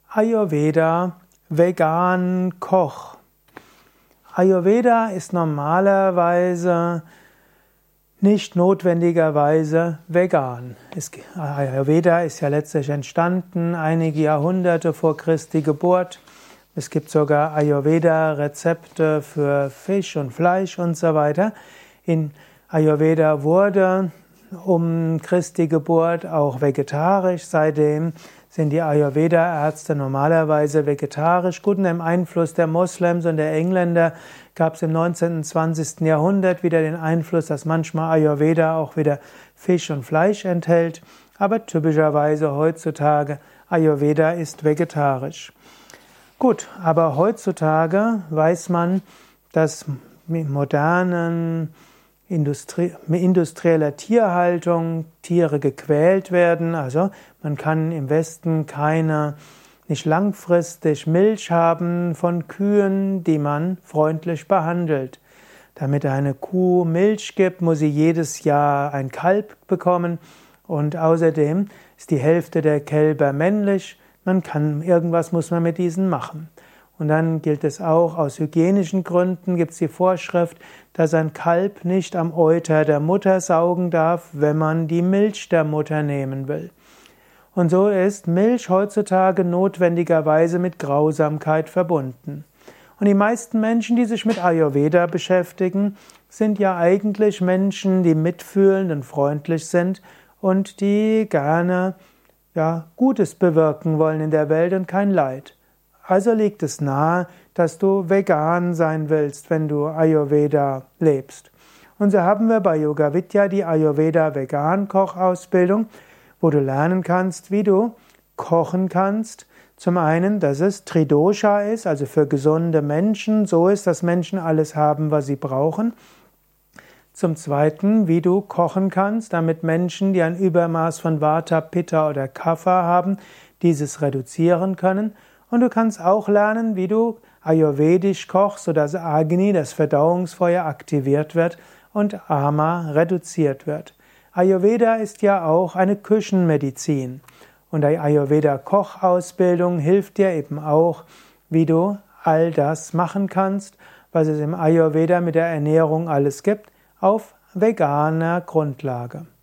Ayurveda Vegan Koch. Ayurveda ist normalerweise nicht notwendigerweise vegan. Ayurveda ist ja letztlich entstanden einige Jahrhunderte vor Christi Geburt. Es gibt sogar Ayurveda-Rezepte für Fisch und Fleisch und so weiter. In Ayurveda wurde um Christi Geburt auch vegetarisch. Seitdem sind die Ayurveda-Ärzte normalerweise vegetarisch. Gut, unter dem Einfluss der Moslems und der Engländer gab es im 19. und 20. Jahrhundert wieder den Einfluss, dass manchmal Ayurveda auch wieder Fisch und Fleisch enthält. Aber typischerweise heutzutage Ayurveda ist vegetarisch. Gut, aber heutzutage weiß man, dass mit modernen industrieller Tierhaltung Tiere gequält werden. Also man kann im Westen nicht langfristig Milch haben von Kühen, die man freundlich behandelt. Damit eine Kuh Milch gibt, muss sie jedes Jahr ein Kalb bekommen und außerdem ist die Hälfte der Kälber männlich. Irgendwas muss man mit diesen machen. Und dann gilt es auch, aus hygienischen Gründen gibt es die Vorschrift, dass ein Kalb nicht am Euter der Mutter saugen darf, wenn man die Milch der Mutter nehmen will. Und so ist Milch heutzutage notwendigerweise mit Grausamkeit verbunden. Und die meisten Menschen, die sich mit Ayurveda beschäftigen, sind ja eigentlich Menschen, die mitfühlend und freundlich sind und die gerne Gutes bewirken wollen in der Welt und kein Leid. Also liegt es nahe, dass du vegan sein willst, wenn du Ayurveda lebst. Und so haben wir bei Yoga Vidya die Ayurveda Vegan Kochausbildung, wo du lernen kannst, wie du kochen kannst. Zum einen, dass es Tridosha ist, also für gesunde Menschen, so ist, dass Menschen alles haben, was sie brauchen. Zum zweiten, wie du kochen kannst, damit Menschen, die ein Übermaß von Vata, Pitta oder Kapha haben, dieses reduzieren können. Und du kannst auch lernen, wie du ayurvedisch kochst, sodass Agni, das Verdauungsfeuer, aktiviert wird und Ama reduziert wird. Ayurveda ist ja auch eine Küchenmedizin. Und die Ayurveda-Kochausbildung hilft dir eben auch, wie du all das machen kannst, was es im Ayurveda mit der Ernährung alles gibt, auf veganer Grundlage.